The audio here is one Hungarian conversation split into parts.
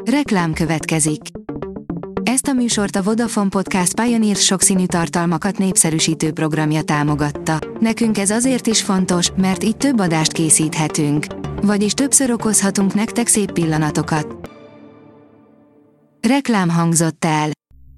Reklám következik. Ezt a műsort a Vodafone Podcast Pioneer sokszínű tartalmakat népszerűsítő programja támogatta. Nekünk ez azért is fontos, mert így több adást készíthetünk. Vagyis többször okozhatunk nektek szép pillanatokat. Reklám hangzott el.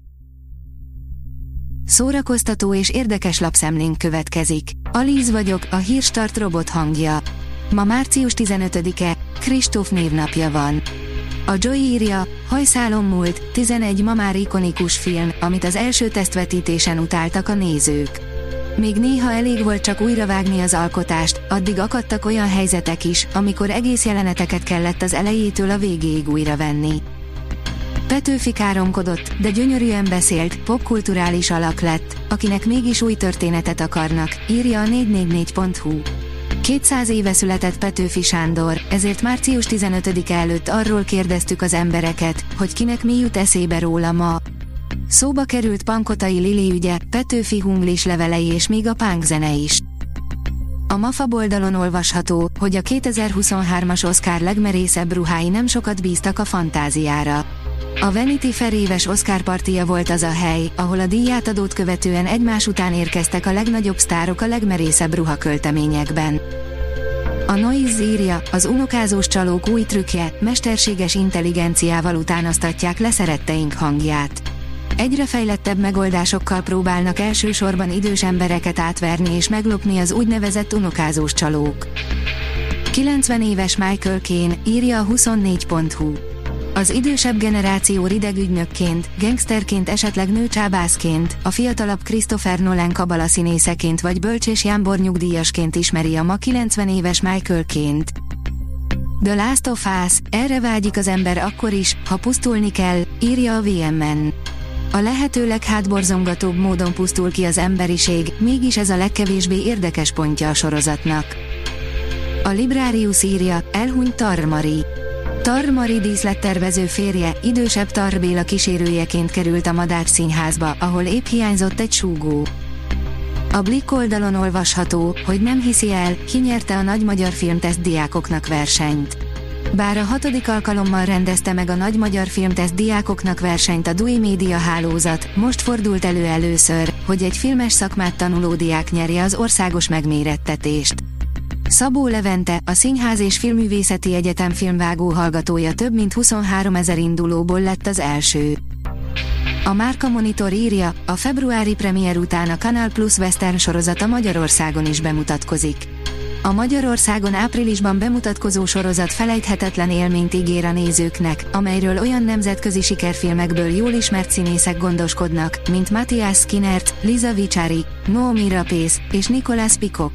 Szórakoztató és érdekes lapszemlénk következik. Alíz vagyok, a Hírstart robot hangja. Ma március 15-e, Kristóf névnapja van. A Joy írja, hajszálon múlt, 11 ma már ikonikus film, amit az első tesztvetítésen utáltak a nézők. Még néha elég volt csak újravágni az alkotást, addig akadtak olyan helyzetek is, amikor egész jeleneteket kellett az elejétől a végéig újravenni. Petőfi káromkodott, de gyönyörűen beszélt, popkulturális alak lett, akinek mégis új történetet akarnak, írja a 444.hu. 200 éve született Petőfi Sándor, ezért március 15-e előtt arról kérdeztük az embereket, hogy kinek mi jut eszébe róla ma. Szóba került Pankotai Lili ügye, Petőfi hunglis levelei és még a punk zene is. A MAFA oldalon olvasható, hogy a 2023-as Oscar legmerészebb ruhái nem sokat bíztak a fantáziára. A Vanity Fair éves Oscar partija volt az a hely, ahol a díjátadót követően egymás után érkeztek a legnagyobb sztárok a legmerészebb ruhakölteményekben. A Noise írja, az unokázós csalók új trükkje, mesterséges intelligenciával utánoztatják le szeretteink hangját. Egyre fejlettebb megoldásokkal próbálnak elsősorban idős embereket átverni és meglopni az úgynevezett unokázós csalók. 90 éves Michael Caine, írja a 24.hu. Az idősebb generáció rideg ügynökként, gangsterként, esetleg nőcsábászként, a fiatalabb Christopher Nolan kabalaszínészeként vagy Bölcsés Jámbor nyugdíjasként ismeri a ma 90 éves Michael Caine-t. The Last of Us, erre vágyik az ember akkor is, ha pusztulni kell, írja a VMN. A lehető leghátborzongatóbb módon pusztul ki az emberiség, mégis ez a legkevésbé érdekes pontja a sorozatnak. A Librarius írja, elhunyt Tar Mari. Tar Mari díszlettervező férje, idősebb Tar Béla kísérőjeként került a Madách Színházba, ahol épp hiányzott egy súgó. A Blick oldalon olvasható, hogy nem hiszi el, ki nyerte a Nagy Magyar Filmteszt diákoknak versenyt. Bár a 6. alkalommal rendezte meg a Nagy Magyar Filmteszt diákoknak versenyt a DUI média hálózat, most fordult elő először, hogy egy filmes szakmát tanuló diák nyerje az országos megmérettetést. Szabó Levente, a Színház és Filmművészeti Egyetem filmvágó hallgatója több mint 23 000 indulóból lett az első. A Márka Monitor írja, a februári premier után a Canal Plus Western sorozata Magyarországon is bemutatkozik. A Magyarországon áprilisban bemutatkozó sorozat felejthetetlen élményt ígér a nézőknek, amelyről olyan nemzetközi sikerfilmekből jól ismert színészek gondoskodnak, mint Matthias Skinnert, Liza Vichari, Noomi Rapace és Nicolas Peacock.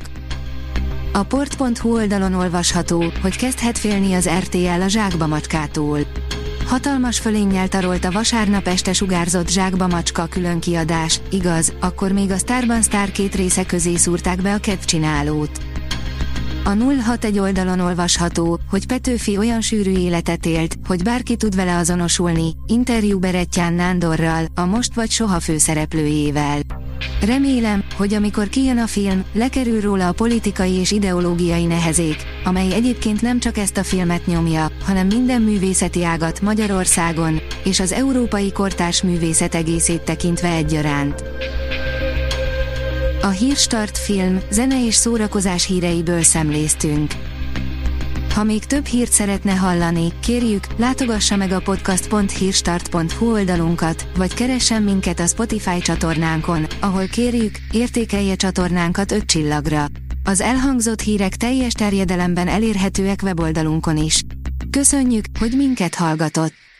A port.hu oldalon olvasható, hogy kezdhet félni az RTL a Zsákba macskától. Hatalmas fölénnyel tarolt a vasárnap este sugárzott Zsákba macska különkiadás, igaz, akkor még a Sztárban Sztár 2 része közé szúrták be a kedvcsinálót. A 061 oldalon olvasható, hogy Petőfi olyan sűrű életet élt, hogy bárki tud vele azonosulni, interjú Berettyán Nándorral, a Most vagy soha főszereplőjével. Remélem, hogy amikor kijön a film, lekerül róla a politikai és ideológiai nehezék, amely egyébként nem csak ezt a filmet nyomja, hanem minden művészeti ágat Magyarországon, és az európai kortárs művészet egészét tekintve egyaránt. A Hírstart film, zene és szórakozás híreiből szemléztünk. Ha még több hírt szeretne hallani, kérjük, látogassa meg a podcast.hírstart.hu oldalunkat, vagy keressen minket a Spotify csatornánkon, ahol kérjük, értékelje csatornánkat 5 csillagra. Az elhangzott hírek teljes terjedelemben elérhetőek weboldalunkon is. Köszönjük, hogy minket hallgatott!